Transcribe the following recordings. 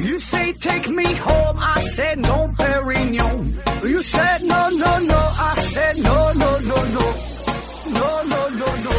You say take me home, I said no, Perignon. You said no, no, no, I said no, no, no, no. No, no, no, no.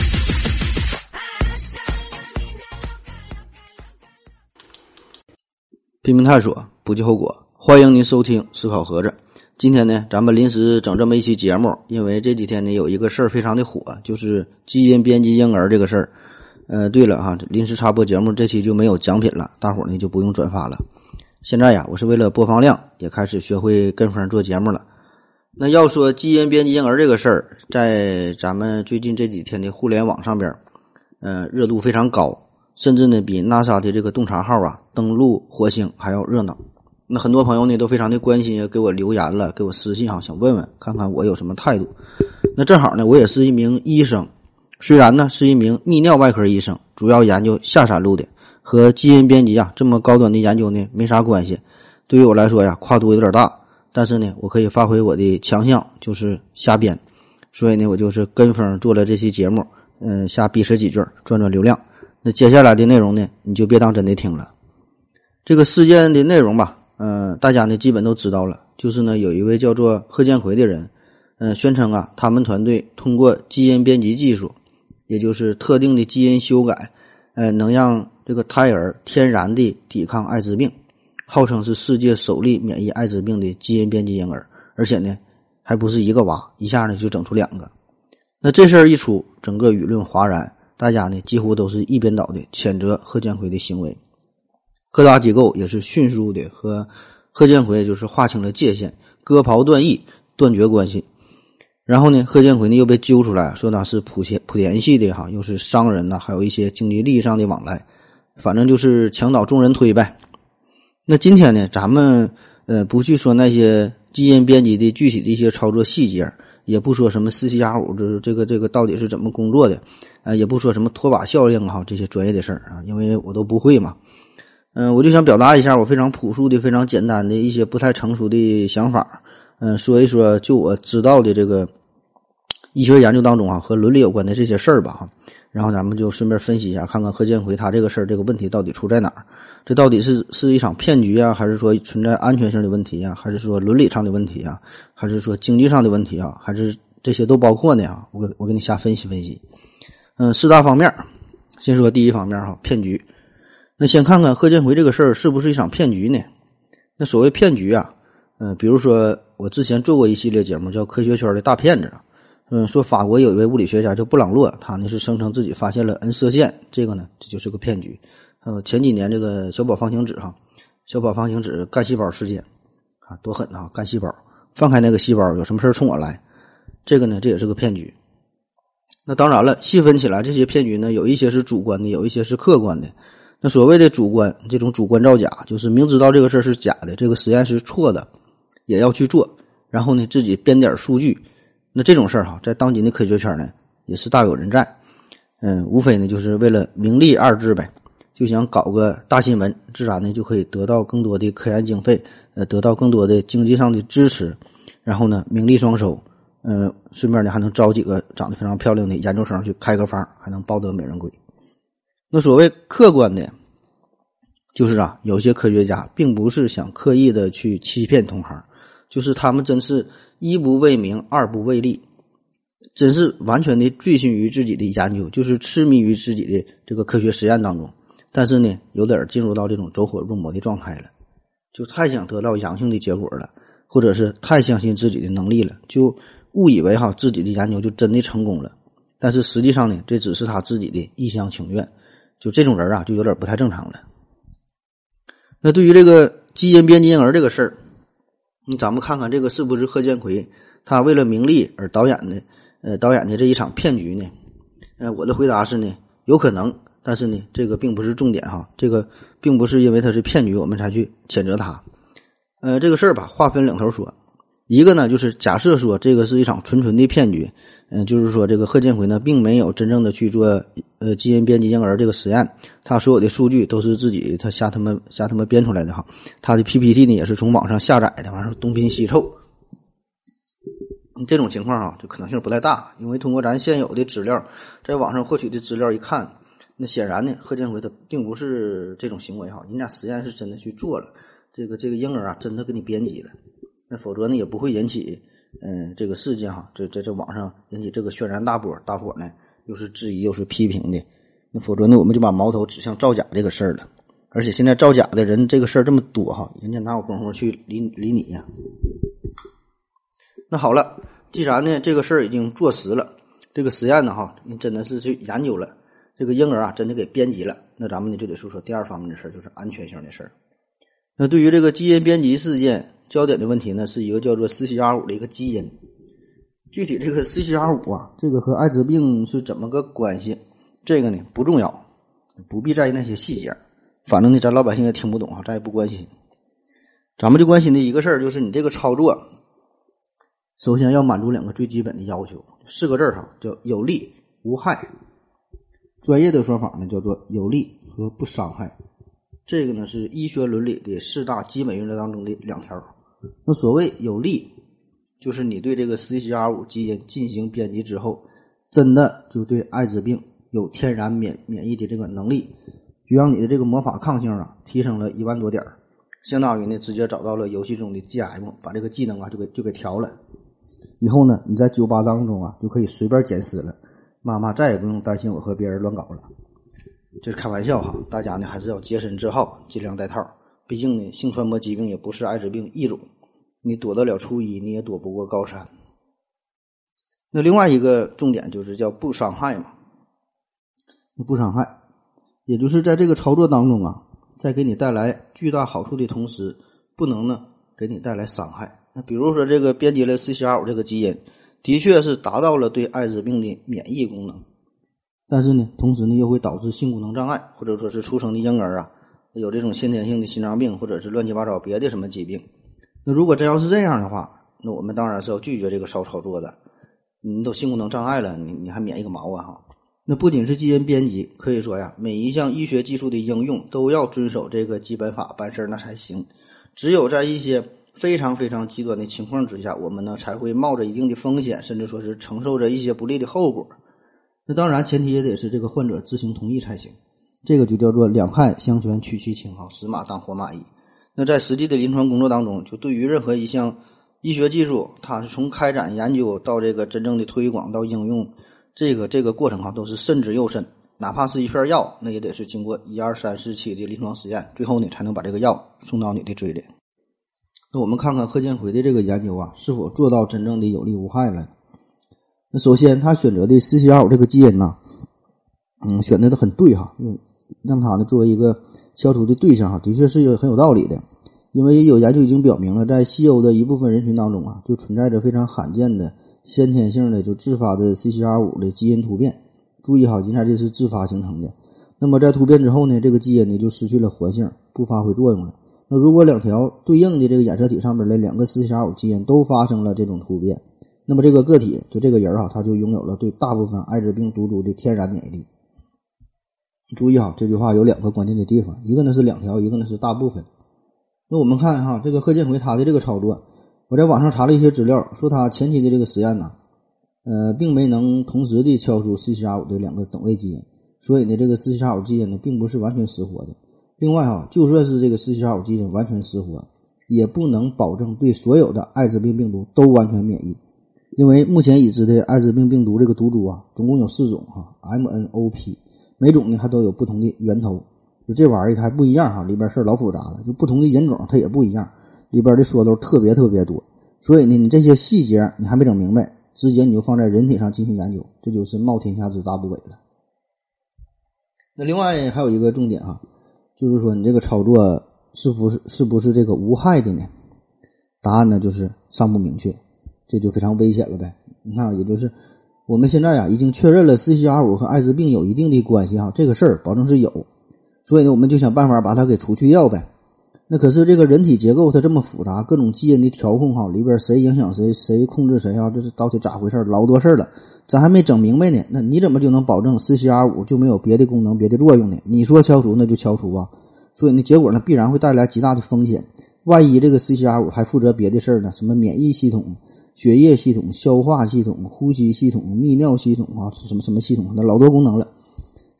拼命探索，不计后果。欢迎您收听思考盒子。今天呢，咱们临时整这么一期节目，因为这几天呢有一个事儿非常的火，就是基因编辑婴儿这个事儿。对了哈，临时插播节目这期就没有奖品了，大伙儿呢就不用转发了。现在呀，我是为了播放量，也开始学会跟风做节目了。那要说基因编辑婴儿这个事儿，在咱们最近这几天的互联网上边，热度非常高，甚至呢比 NASA 的这个洞察号啊登陆火星还要热闹。那很多朋友呢都非常的关心，给我留言了，给我私信啊，想问问看看我有什么态度。那正好呢，我也是一名医生，虽然呢是一名泌尿外科医生，主要研究下三路的，和基因编辑啊这么高端的研究呢没啥关系。对于我来说呀，跨度有点大，但是呢我可以发挥我的强项，就是瞎编。所以呢我就是跟风做了这期节目，瞎逼扯几句赚赚流量。那接下来的内容呢你就别当真的听了。这个事件的内容吧，大家呢基本都知道了，就是呢有一位叫做贺建奎的人，宣称啊他们团队通过基因编辑技术，也就是特定的基因修改，能让这个胎儿天然的抵抗艾滋病，号称是世界首例免疫艾滋病的基因编辑婴儿，而且呢还不是一个娃，一下呢就整出两个。那这事儿一出，整个舆论哗然，大家呢几乎都是一边倒的谴责贺建奎的行为。各大机构也是迅速的和贺建奎就是划清了界限，割袍断义，断绝关系。然后呢，贺建奎呢又被揪出来，说他是莆田系的哈，又是商人呐，还有一些经济利益上的往来，反正就是墙倒众人推呗。那今天呢，咱们不去说那些基因编辑的具体的一些操作细节，也不说什么四七八五这个到底是怎么工作的，也不说什么拖把效应哈这些专业的事儿啊，因为我都不会嘛。我就想表达一下我非常朴素的、非常简单的一些不太成熟的想法，说一说就我知道的这个医学研究当中啊和伦理有关的这些事儿吧哈。然后咱们就顺便分析一下，看看贺建奎他这个事儿这个问题到底出在哪儿？这到底是一场骗局啊，还是说存在安全性的问题啊，还是说伦理上的问题啊，还是说经济上的问题啊，还是这些都包括呢啊？我给你瞎分析分析。四大方面，先说第一方面哈，骗局。那先看看贺建奎这个事儿是不是一场骗局呢？那所谓骗局啊，比如说我之前做过一系列节目叫科学圈的大骗子，说法国有一位物理学家叫布朗洛，他呢是声称自己发现了 N 射线，这个呢这就是个骗局。前几年这个小宝方晴子哈，小宝方晴子干细胞事件啊，多狠啊，干细胞，放开那个细胞有什么事冲我来，这个呢这也是个骗局。那当然了，细分起来这些骗局呢，有一些是主观的，有一些是客观的。那所谓的主观，这种主观造假，就是明知道这个事儿是假的，这个实验是错的，也要去做，然后呢自己编点数据。那这种事儿哈，在当今的科学圈呢也是大有人在。无非呢就是为了名利二字呗，就想搞个大新闻，自然呢就可以得到更多的科研经费，得到更多的经济上的支持，然后呢名利双收，顺便呢还能招几个长得非常漂亮的研究生去开个房，还能抱得美人归。那所谓客观的，就是啊，有些科学家并不是想刻意的去欺骗同行，就是他们真是一不为名，二不为利，真是完全的醉心于自己的研究，就是痴迷于自己的这个科学实验当中。但是呢，有点进入到这种走火入魔的状态了，就太想得到阳性的结果了，或者是太相信自己的能力了，就误以为哈自己的研究就真的成功了。但是实际上呢，这只是他自己的一厢情愿。就这种人啊，就有点不太正常了。那对于这个基因编辑婴儿这个事儿，咱们看看这个是不是贺建奎他为了名利而导演的这一场骗局呢？我的回答是呢，有可能，但是呢，这个并不是重点哈，这个并不是因为它是骗局我们才去谴责他。这个事儿吧，划分两头说。一个呢，就是假设说这个是一场纯的骗局，就是说这个贺建奎呢并没有真正的去做基因编辑婴儿这个实验，他所有的数据都是自己他瞎他妈编出来的哈，他的 PPT 呢也是从网上下载的，完了东拼西凑。这种情况啊，就可能性不太大，因为通过咱现有的资料，在网上获取的资料一看， 那显然呢，贺建奎他并不是这种行为哈，人家实验是真的去做了，这个婴儿啊真的给你编辑了，那否则呢也不会引起这个事件哈，这网上引起这个轩然大波，大伙呢又是质疑又是批评的，那否则呢我们就把矛头指向造假这个事儿了。而且现在造假的人这个事儿这么多哈，人家哪有功夫去理你呀？那好了，既然呢这个事儿已经坐实了，这个实验呢哈，你真的是去研究了，这个婴儿啊真的给编辑了，那咱们呢就得说说第二方面的事儿，就是安全性的事儿。那对于这个基因编辑事件，焦点的问题呢是一个叫做 CCR5 的一个基因。具体这个 CCR5 啊，这个和艾滋病是怎么个关系？这个呢不重要，不必在意那些细节。反正呢，咱老百姓也听不懂啊，咱也不关心。咱们就关心的一个事儿，就是你这个操作，首先要满足两个最基本的要求，4个字哈，叫有利无害。专业的说法呢，叫做有利和不伤害。这个呢是医学伦理的4大基本原则当中的2条。那所谓有利，就是你对这个 CCR5 基因进行编辑之后，真的就对艾滋病有天然免疫的这个能力。就让你的这个魔法抗性啊提升了1万多点，相当于呢直接找到了游戏中的 GM， 把这个技能啊就给调了。以后呢你在酒吧当中啊就可以随便捡尸了，妈妈再也不用担心我和别人乱搞了。这是开玩笑哈，大家呢还是要洁身自好，尽量戴套。毕竟呢性传播疾病也不是艾滋病一种，你躲得了初一，你也躲不过高3。那另外一个重点就是叫不伤害嘛，不伤害。也就是在这个操作当中啊，在给你带来巨大好处的同时，不能呢给你带来伤害。那比如说这个编辑了 CCR5 这个基因，的确是达到了对艾滋病的免疫功能，但是呢，同时呢又会导致性功能障碍，或者说是出生的婴儿啊有这种先天性的心脏病，或者是乱七八糟别的什么疾病。那如果真要是这样的话，那我们当然是要拒绝这个骚操作的。你都性功能障碍了，你还免疫个毛啊哈！那不仅是基因编辑，可以说呀，每一项医学技术的应用都要遵守这个基本法办事那才行。只有在一些非常非常极端的情况之下，我们呢才会冒着一定的风险，甚至说是承受着一些不利的后果。那当然前提也得是这个患者知情同意才行，这个就叫做两害相权取其轻，死马当活马医。那在实际的临床工作当中，就对于任何一项医学技术，它是从开展研究到这个真正的推广到应用，这个过程都是慎之又慎。哪怕是一片药，那也得是经过1、2、3、4期的临床实验，最后呢才能把这个药送到你的嘴里。那我们看看贺建奎的这个研究啊，是否做到真正的有利无害了。那首先他选择的 CCR5 这个基因呢，选择的很对哈，让他呢作为一个消除的对象哈，的确是很有道理的。因为有研究已经表明了，在西欧的一部分人群当中啊，就存在着非常罕见的先天性的就自发的 CCR5 的基因突变。注意哈，人家这是自发形成的。那么在突变之后呢，这个基因呢就失去了活性，不发挥作用了。那如果两条对应的这个染色体上面的两个 CCR5 基因都发生了这种突变，那么这个个体就这个人他就拥有了对大部分艾滋病毒株的天然免疫力。注意哈，这句话有两个关键的地方，一个呢是两条，一个呢是大部分。那我们看哈，这个贺建奎他的这个操作，我在网上查了一些资料，说他前期的这个实验呢，并没能同时的敲出 CCR5 的两个整位基因，所以呢，这个 CCR5 基因呢并不是完全失活的。另外哈，就算是这个 CCR5 基因完全失活，也不能保证对所有的艾滋病病毒都完全免疫，因为目前已知的艾滋病病毒这个毒株啊，总共有4种哈 ，MNOP， 每种呢它都有不同的源头。就这玩意儿它还不一样哈，里边事儿老复杂了，就不同的人种它也不一样，里边的说都特别多。所以呢，你这些细节你还没整明白，直接你就放在人体上进行研究，这就是冒天下之大不韪了。那另外还有一个重点哈，就是说你这个操作是不是这个无害的呢？答案呢就是尚不明确，这就非常危险了呗。你看，也就是我们现在啊已经确认了 CCR5 和艾滋病有一定的关系哈，这个事儿保证是有。所以呢，我们就想办法把它给除去掉呗。那可是这个人体结构它这么复杂，各种基因的调控哈，里边谁影响谁，谁控制谁啊，这是到底咋回事？老多事了，咱还没整明白呢。那你怎么就能保证 CCR5 就没有别的功能、别的作用呢？你说敲除那就敲除啊。所以呢，结果呢必然会带来极大的风险。万一这个 CCR5 还负责别的事儿呢，什么免疫系统、血液系统、消化系统、呼吸系统、泌尿系统啊，什么系统，那老多功能了。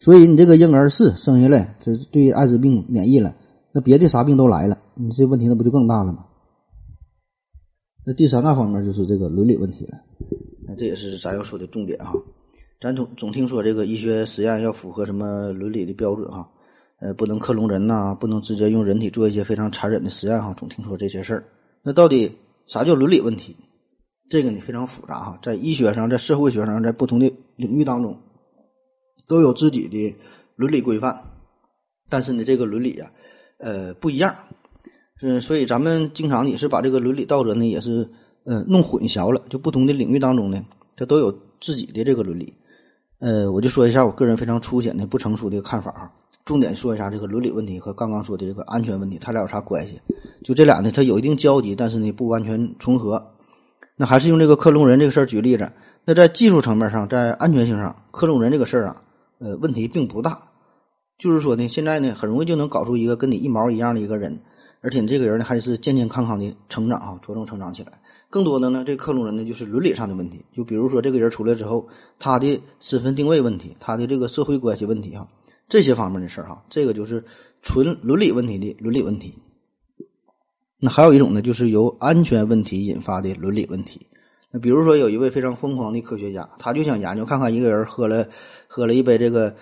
所以你这个婴儿是生下来这对艾滋病免疫了，那别的啥病都来了，你这问题那不就更大了吗？那第三大方面就是这个伦理问题了，那这也是咱要说的重点哈。咱总听说这个医学实验要符合什么伦理的标准哈，不能克隆人呐，不能直接用人体做一些非常残忍的实验哈，总听说这些事儿。那到底啥叫伦理问题？这个你非常复杂哈，在医学上，在社会学上，在不同的领域当中都有自己的伦理规范，但是呢这个伦理啊不一样。所以咱们经常也是把这个伦理道德呢也是弄混淆了，就不同的领域当中呢它都有自己的这个伦理。我就说一下我个人非常粗浅的不成熟的看法哈，重点说一下这个伦理问题和刚刚说的这个安全问题它俩有啥关系。就这俩呢它有一定交集，但是呢不完全重合。那还是用这个克隆人这个事儿举例子，那在技术层面上，在安全性上，克隆人这个事儿啊问题并不大。就是说呢现在呢很容易就能搞出一个跟你一毛一样的一个人，而且这个人呢还是健健康康的成长啊，茁壮成长起来。更多的呢这克隆人呢就是伦理上的问题，就比如说这个人出来之后他的身份定位问题，他的这个社会关系问题这些方面的事儿这个就是纯伦理问题的伦理问题。那还有一种呢就是由安全问题引发的伦理问题。那比如说有一位非常疯狂的科学家，他就想研究看看一个人喝了一杯这个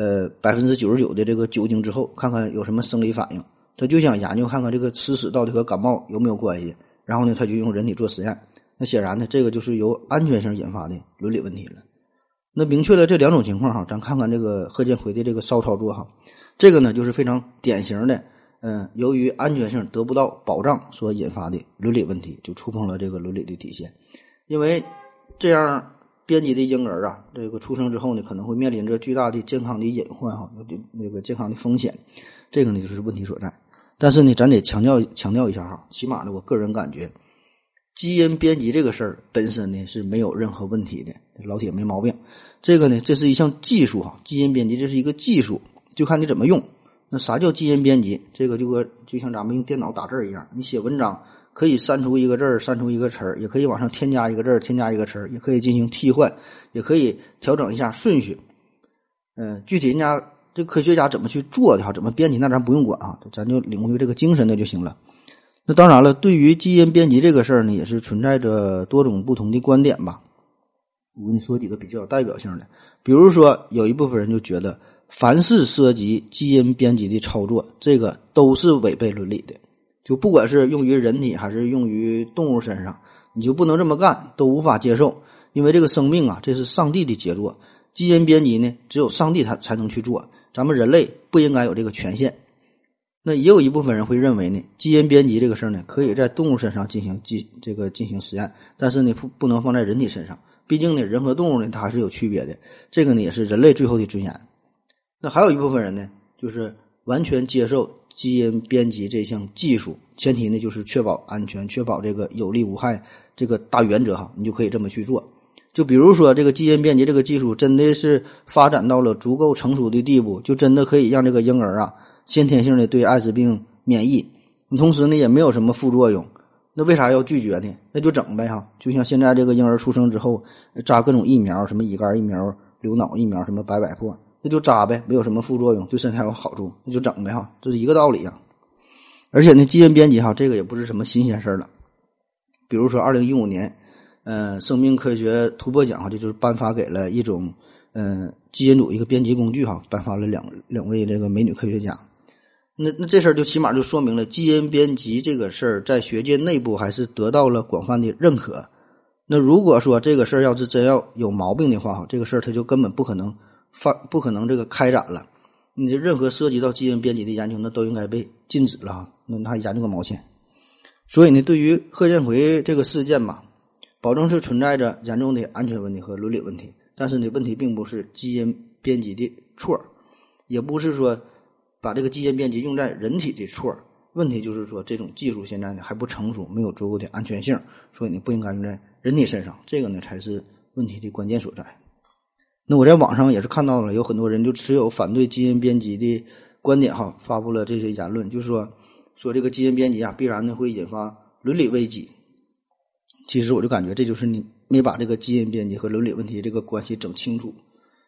99%的这个酒精之后看看有什么生理反应，他就想研究看看这个吃屎到底和感冒有没有关系，然后呢他就用人体做实验。那显然呢这个就是由安全性引发的伦理问题了。那明确了这两种情况咱看看这个贺建奎的这个骚操作这个呢就是非常典型的由于安全性得不到保障所引发的伦理问题，就触碰了这个伦理的底线。因为这样编辑的婴儿啊，这个出生之后呢可能会面临着巨大的健康的隐患那个健康的风险，这个呢就是问题所在。但是呢咱得强调一下起码呢我个人感觉基因编辑这个事儿本身呢是没有任何问题的，老铁没毛病。这个呢这是一项技术基因编辑这是一个技术，就看你怎么用。那啥叫基因编辑？这个就像咱们用电脑打字一样，你写文章可以删除一个字删除一个词儿，也可以往上添加一个字添加一个词儿，也可以进行替换，也可以调整一下顺序。具体人家这科学家怎么去做的怎么编辑那咱不用管咱就领会这个精神的就行了。那当然了，对于基因编辑这个事儿呢也是存在着多种不同的观点吧。我跟你说几个比较有代表性的，比如说有一部分人就觉得凡是涉及基因编辑的操作，这个都是违背伦理的，就不管是用于人体还是用于动物身上，你就不能这么干，都无法接受。因为这个生命这是上帝的杰作，基因编辑呢只有上帝才能去做，咱们人类不应该有这个权限。那也有一部分人会认为呢基因编辑这个事儿呢可以在动物身上进行实验，但是呢不能放在人体身上，毕竟呢人和动物呢它还是有区别的，这个呢也是人类最后的尊严。那还有一部分人呢就是完全接受基因编辑这项技术，前提呢就是确保安全，确保这个有利无害这个大原则你就可以这么去做。就比如说这个基因编辑这个技术真的是发展到了足够成熟的地步，就真的可以让这个婴儿先天性的对艾滋病免疫，同时呢也没有什么副作用，那为啥要拒绝呢？那就整呗就像现在这个婴儿出生之后扎各种疫苗，什么乙肝疫苗、流脑疫苗，什么百破，那就扎呗，没有什么副作用，对身体还有好处，那就整呗这是一个道理而且呢基因编辑这个也不是什么新鲜事了。比如说2015年生命科学突破奖就是颁发给了一种基因组一个编辑工具颁发了两位这个美女科学家。那这事儿就起码就说明了基因编辑这个事儿在学界内部还是得到了广泛的认可。那如果说这个事儿要是真要有毛病的话这个事儿它就根本不可能这个开展了。你任何涉及到基因编辑的研究那都应该被禁止了那他研究个毛线。所以呢对于贺建奎这个事件保证是存在着严重的安全问题和伦理问题，但是呢问题并不是基因编辑的错，也不是说把这个基因编辑用在人体的错，问题就是说这种技术现在呢还不成熟，没有足够的安全性，所以你不应该用在人体身上，这个呢才是问题的关键所在。那我在网上也是看到了有很多人就持有反对基因编辑的观点发布了这些言论，就是说这个基因编辑必然呢会引发伦理危机。其实我就感觉这就是你没把这个基因编辑和伦理问题这个关系整清楚。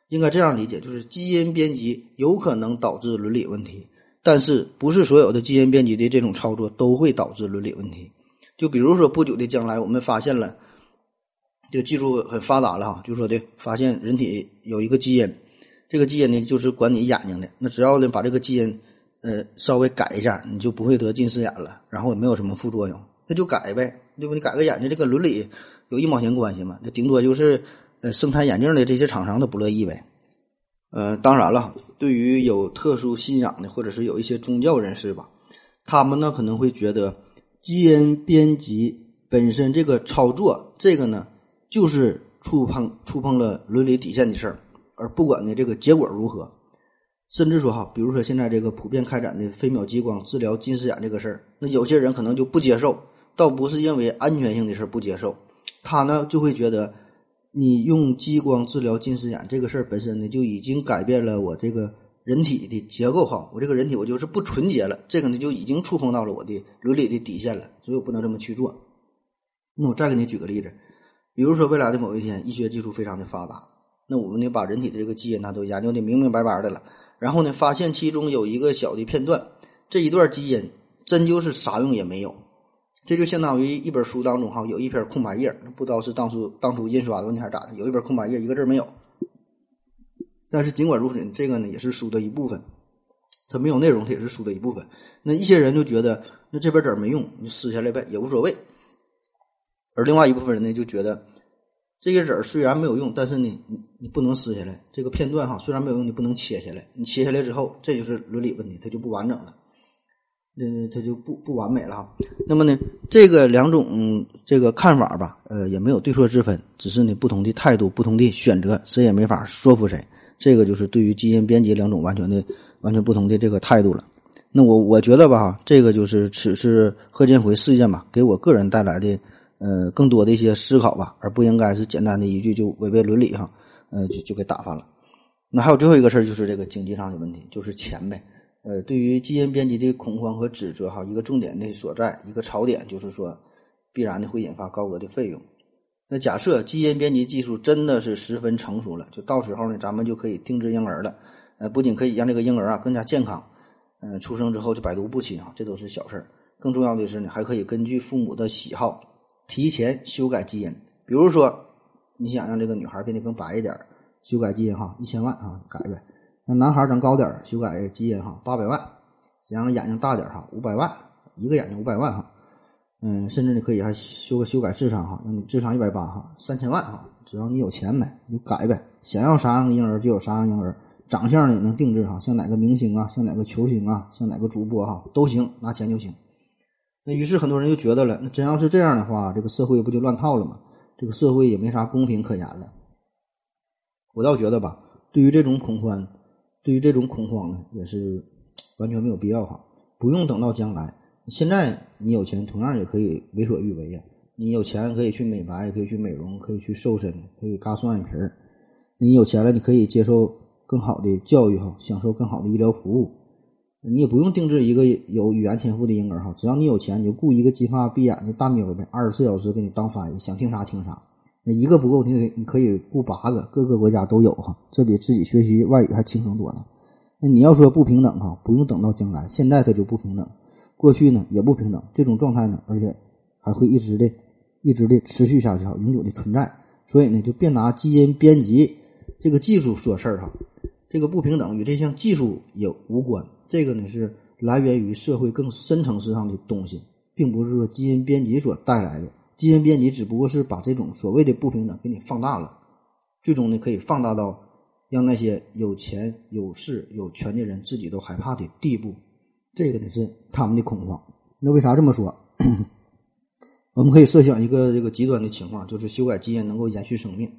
应该这样理解，就是基因编辑有可能导致伦理问题，但是不是所有的基因编辑的这种操作都会导致伦理问题。就比如说不久的将来我们发现了，这个技术很发达了哈，就说的发现人体有一个基因，这个基因呢就是管你眼睛的，那只要呢把这个基因稍微改一下，你就不会得近视眼了，然后也没有什么副作用，那就改呗，对不？你改个眼睛，这个伦理有1毛钱关系吗？这顶多就是生产眼镜的这些厂商都不乐意呗。当然了，对于有特殊信仰的或者是有一些宗教人士吧，他们呢可能会觉得基因编辑本身这个操作，这个呢就是触碰了伦理底线的事儿，而不管呢这个结果如何。甚至说哈，比如说现在这个普遍开展的飞秒激光治疗近视眼这个事儿，那有些人可能就不接受，倒不是因为安全性的事儿不接受，他呢就会觉得你用激光治疗近视眼这个事儿本身呢就已经改变了我这个人体的结构哈，我这个人体我就是不纯洁了，这个呢就已经触碰到了我的伦理的底线了，所以我不能这么去做。那我再给你举个例子，比如说未来的某一天医学技术非常的发达，那我们呢把人体的这个基因呢都研究的明明白白的了，然后呢发现其中有一个小的片段，这一段基因真就是啥用也没有，这就相当于一本书当中哈有一篇空白页，不知道是当初印刷的问题还是咋的，有一本空白页一个字没有。但是尽管如此，这个呢也是书的一部分，它没有内容，它也是书的一部分。那一些人就觉得那这本纸没用，你就撕下来呗，也无所谓。而另外一部分人呢就觉得这个纸虽然没有用，但是呢你不能撕下来，这个片段哈虽然没有用，你不能切下来，你切下来之后这就是伦理问题，它就不完整了，它就不完美了哈。那么呢这个两种这个看法吧也没有对错之分，只是呢不同的态度，不同的选择，谁也没法说服谁。这个就是对于基因编辑两种完全不同的这个态度了。那我觉得吧，这个就是此次贺建奎事件吧，给我个人带来的更多的一些思考吧，而不应该是简单的一句就违背伦理哈，就给打发了。那还有最后一个事儿就是这个经济上的问题，就是钱呗。对于基因编辑的恐慌和指责哈，一个重点的所在，一个槽点就是说必然的会引发高额的费用。那假设基因编辑技术真的是十分成熟了，就到时候呢咱们就可以定制婴儿了，不仅可以让这个婴儿啊更加健康，出生之后就百毒不侵啊，这都是小事儿。更重要的是呢，还可以根据父母的喜好提前修改基因。比如说你想让这个女孩变得更白一点，修改基因哈1000万哈改呗。那男孩长高点，修改基因哈800万。想让眼睛大点哈500万，一个眼睛500万哈。甚至你可以还修改智商哈，让你智商180哈，3000万哈，只要你有钱呗，你就改呗，想要啥样的婴儿就有啥样婴儿，长相呢也能定制哈，像哪个明星啊，像哪个球星啊，像哪个主播哈都行，拿钱就行。那于是很多人就觉得了，那真要是这样的话，这个社会不就乱套了吗？这个社会也没啥公平可言了。我倒觉得吧，对于这种恐慌呢，也是完全没有必要哈，不用等到将来。现在你有钱同样也可以为所欲为呀，你有钱可以去美白，可以去美容，可以去瘦身，可以嘎双眼皮儿。你有钱了，你可以接受更好的教育哈，享受更好的医疗服务。你也不用定制一个有语言天赋的婴儿哈，只要你有钱，你就雇一个金发碧眼的大妞呗，24小时给你当翻译，想听啥听啥。那一个不够，你可以雇8个，各个国家都有哈，这比自己学习外语还轻松多了。那你要说不平等哈，不用等到将来，现在它就不平等。过去呢也不平等，这种状态呢，而且还会一直的持续下去，永久的存在。所以呢，就别拿基因编辑这个技术说事儿哈，这个不平等与这项技术也无关。这个呢是来源于社会更深层次上的东西，并不是说基因编辑所带来的。基因编辑只不过是把这种所谓的不平等给你放大了，最终呢可以放大到让那些有钱有势有权的人自己都害怕的地步。这个呢是他们的恐慌。那为啥这么说？我们可以设想一个这个极端的情况，就是修改基因能够延续生命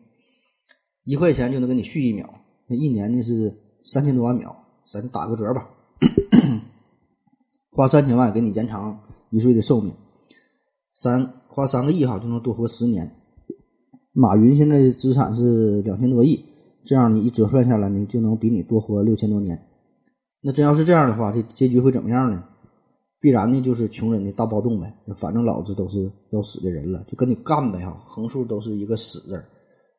，1块钱就能给你续1秒，那一年呢是3000多万秒，咱打个折吧，花3000万给你延长1岁的寿命，花3个亿哈就能多活10年。马云现在的资产是2000多亿，这样你一折算下来呢，就能比你多活6000多年。那真要是这样的话，这结局会怎么样呢？必然呢就是穷人的大暴动呗，反正老子都是要死的人了，就跟你干呗哈，横竖都是一个死字。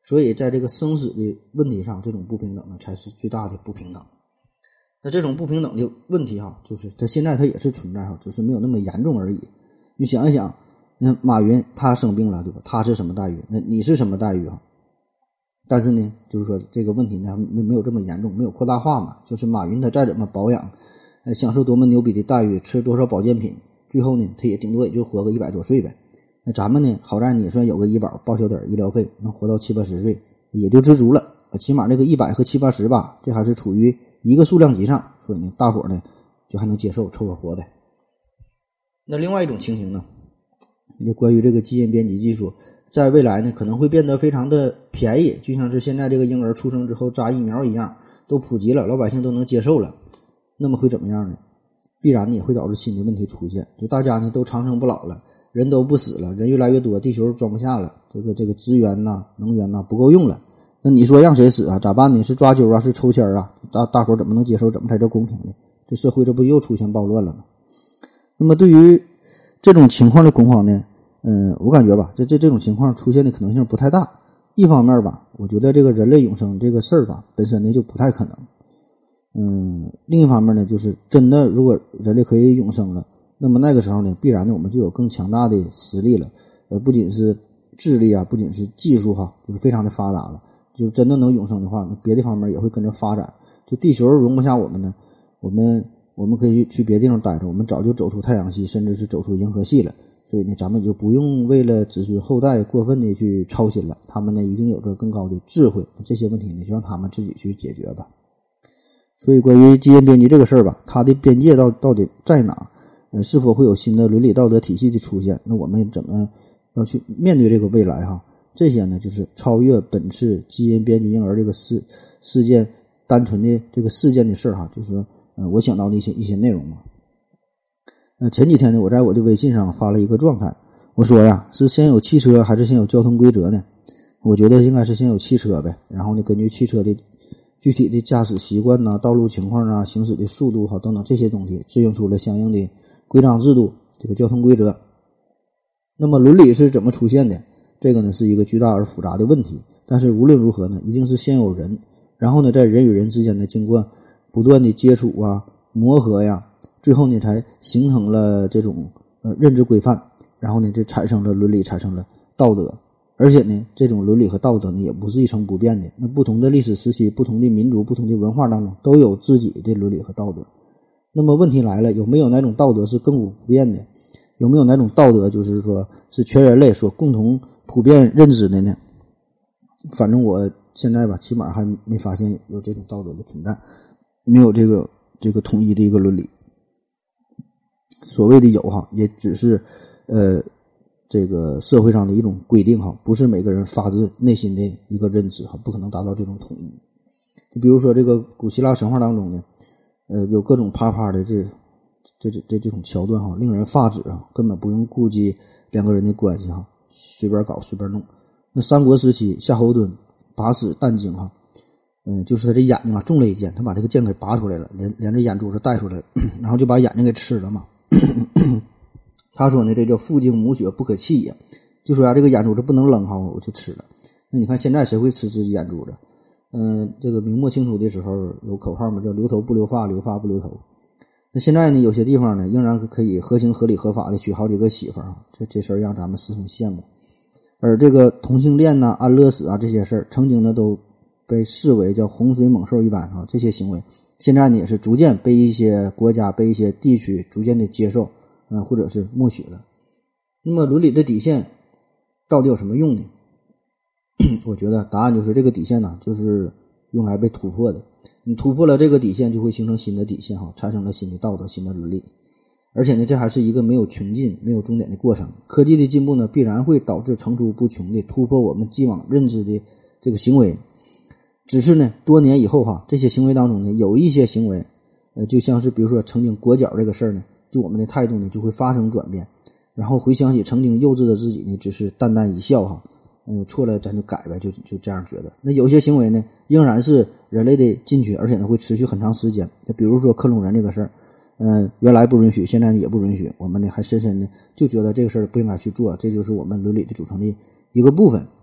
所以在这个生死的问题上，这种不平等呢才是最大的不平等。那这种不平等的问题就是它现在它也是存在只是没有那么严重而已。你想一想，那马云他生病了，对吧？他是什么待遇？那你是什么待遇但是呢，就是说这个问题呢没有这么严重，没有扩大化嘛。就是马云他再怎么保养，享受多么牛逼的待遇，吃多少保健品，最后呢他也顶多也就活个100多岁呗。那咱们呢，好在你算有个医保，报销点医疗费，能活到70-80岁也就知足了。起码那个100和70-80吧，这还是处于一个数量级上，所以呢大伙呢就还能接受，凑合活呗。那另外一种情形呢，就关于这个基因编辑技术在未来呢可能会变得非常的便宜，就像是现在这个婴儿出生之后扎疫苗一样，都普及了，老百姓都能接受了。那么会怎么样呢？必然也会导致新的问题出现，就大家呢都长生不老了，人都不死了，人越来越多，地球装不下了，这个资源能源不够用了。那你说让谁死咋办呢？是抓阄是抽签大伙怎么能接受？怎么才叫公平呢？这社会这不又出现暴乱了吗？那么对于这种情况的恐慌呢，我感觉吧，这种情况出现的可能性不太大。一方面吧，我觉得这个人类永生这个事儿吧，本身呢就不太可能。另一方面呢，就是真的如果人类可以永生了，那么那个时候呢，必然呢我们就有更强大的实力了。不仅是智力不仅是技术就是非常的发达了。就是真的能永生的话，那别的方面也会跟着发展。就地球容不下我们呢，我们可以去别的地方待着，我们早就走出太阳系，甚至是走出银河系了。所以呢，咱们就不用为了子孙后代过分的去操心了。他们呢一定有着更高的智慧，这些问题呢就让他们自己去解决吧。所以关于基因编辑这个事儿吧，它的边界到底在哪？是否会有新的伦理道德体系的出现？那我们怎么要去面对这个未来这些呢，就是超越本次基因编辑婴儿这个事件单纯的这个事件的事儿就是我想到的一些内容嘛。前几天呢，我在我的微信上发了一个状态，我说是先有汽车还是先有交通规则呢？我觉得应该是先有汽车呗，然后呢，根据汽车的具体的驾驶习惯道路情况行驶的速度等等这些东西，制定出了相应的规章制度，这个交通规则。那么伦理是怎么出现的？这个呢是一个巨大而复杂的问题，但是无论如何呢，一定是先有人，然后呢，在人与人之间呢，经过不断的接触磨合最后呢，才形成了这种认知规范，然后呢，就产生了伦理，产生了道德。而且呢，这种伦理和道德呢，也不是一成不变的。那不同的历史时期、不同的民族、不同的文化当中，都有自己的伦理和道德。那么问题来了，有没有哪种道德是亘古不变的？有没有哪种道德就是说是全人类所共同普遍认知的呢？反正我现在吧，起码还没发现有这种道德的存在，没有这个统一的一个伦理。所谓的有也只是这个社会上的一种规定不是每个人发自内心的一个认知不可能达到这种统一。就比如说这个古希腊神话当中呢，有各种啪的这种桥段令人发指根本不用顾及两个人的关系随便搞随便弄。那三国时期夏侯惇拔死但荆就是他这眼睛中了一箭，他把这个箭给拔出来了，连着眼珠子带出来，然后就把眼睛给吃了嘛。他说呢，这叫父精母血不可弃也，就说这个眼珠子不能扔我就吃了。那你看现在谁会吃自己眼珠子？这个明末清初的时候有口号嘛，叫留头不留发，留发不留头。那现在呢，有些地方呢仍然可以合情合理合法的娶好几个媳妇这事儿让咱们十分羡慕。而这个同性恋安乐死这些事儿，曾经呢都被视为叫洪水猛兽一般这些行为现在呢也是逐渐被一些国家被一些地区逐渐的接受或者是默许了。那么伦理的底线到底有什么用呢？我觉得答案就是这个底线就是用来被突破的。你突破了这个底线，就会形成新的底线产生了新的道德、新的伦理。而且呢，这还是一个没有穷尽、没有终点的过程。科技的进步呢，必然会导致层出不穷的突破我们既往认知的这个行为。只是呢，多年以后这些行为当中呢，有一些行为就像是比如说曾经裹脚这个事儿呢，就我们的态度呢就会发生转变，然后回想起曾经幼稚的自己呢，只是淡淡一笑错了咱就改呗，就这样觉得。那有些行为呢，仍然是人类的禁区，而且呢会持续很长时间。比如说克隆人这个事儿，原来不允许，现在也不允许，我们呢还深深的就觉得这个事儿不应该去做，这就是我们伦理的组成的一个部分。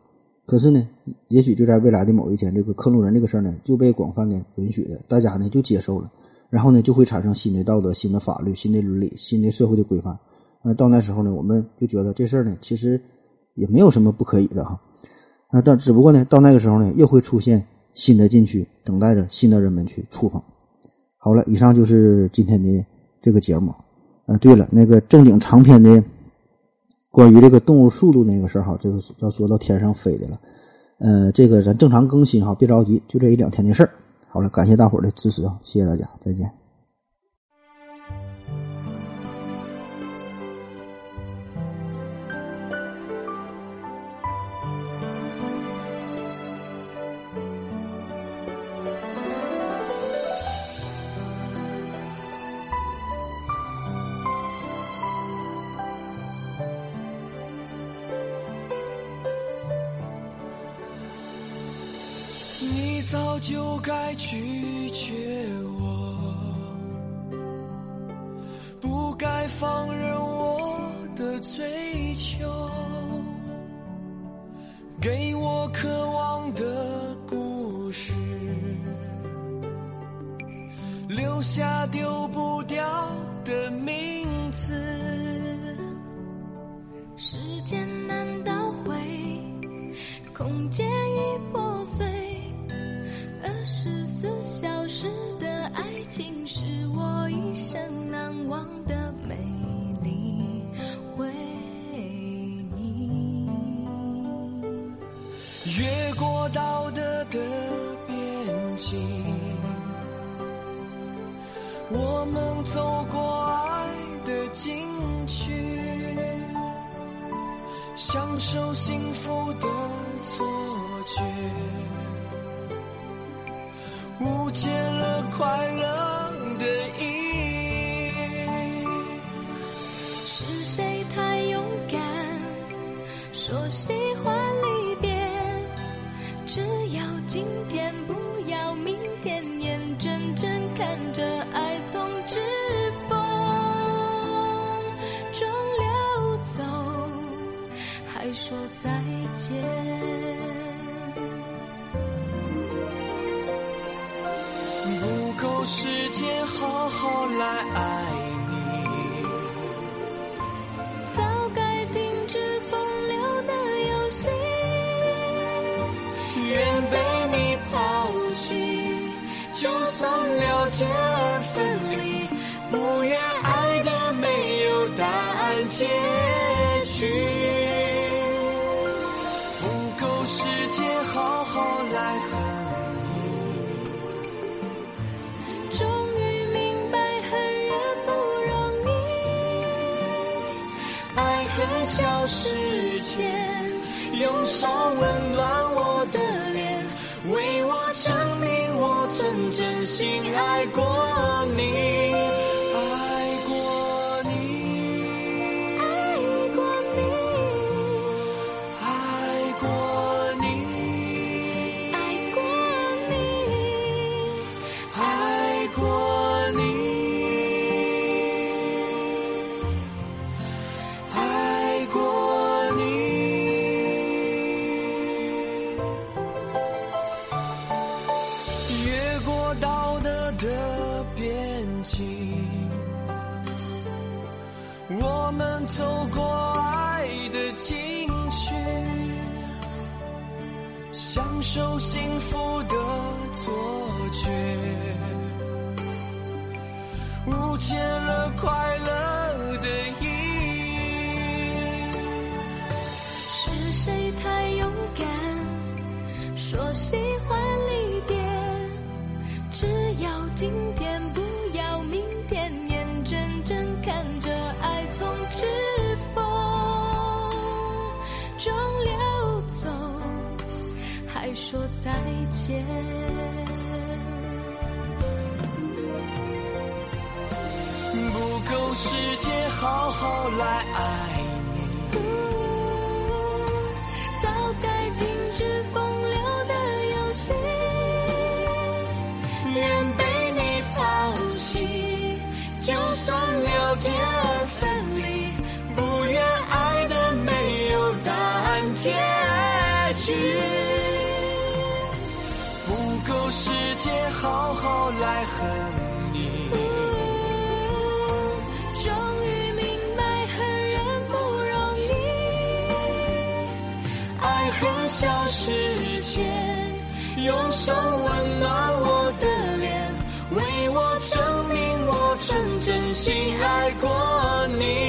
可是呢，也许就在未来的某一天，这个克隆人这个事儿呢就被广泛的允许了，大家呢就接受了，然后呢就会产生新的道德、新的法律、新的伦理、新的社会的规范。到那时候呢，我们就觉得这事儿呢其实也没有什么不可以的哈。但只不过呢，到那个时候呢，又会出现新的禁区，等待着新的人们去触碰。好了，以上就是今天的这个节目。对了，那个正经长篇的关于这个动物速度那个事儿哈，这个要说到天上飞的了。这个咱正常更新哈，别着急，就这1-2天的事儿。好了，感谢大伙儿的支持啊，谢谢大家，再见。 你早就该拒绝我，不该放任我的追求，给我渴望的故事，留下丢不掉的名字。 时间难倒回，空间已破碎，24小时的爱情是我一生难忘的美丽回忆。 越过道德的边境，我们走过爱的禁区，享受幸福的错觉，误解了快乐的意义。 是谁太勇敢，说喜欢离别，只要今天不要明天，眼睁睁看着爱从指缝中流走，还说再见。 不够时间好好来爱你， 早该停止风流的游戏， 愿被你抛弃，就算了解而分离，不愿爱的没有答案结局。不够时间好好来恨终于明白恨人不容易， 爱恨消失前，用手温暖我的脸，为我证明我曾真心爱过你，爱过你， 爱过你， 爱过你， 爱过你， 爱过你，爱过你。越过道德的边境，我们走过爱的禁区，享受幸福的错觉，误解了快乐的意义。 是谁太勇敢，说喜欢离别，只要今天不要明天，眼睁睁看着爱从指缝中流走，还说再见。 不够时间好好来爱你， 早该停止风流的游戏， 愿被你抛弃，就算了解而分离，不愿爱的没有答案结再聚，不够时间好好来恨你。 终于明白恨人不容易， 爱恨消失前，用手温暖我的脸，为我证明我真心爱过你。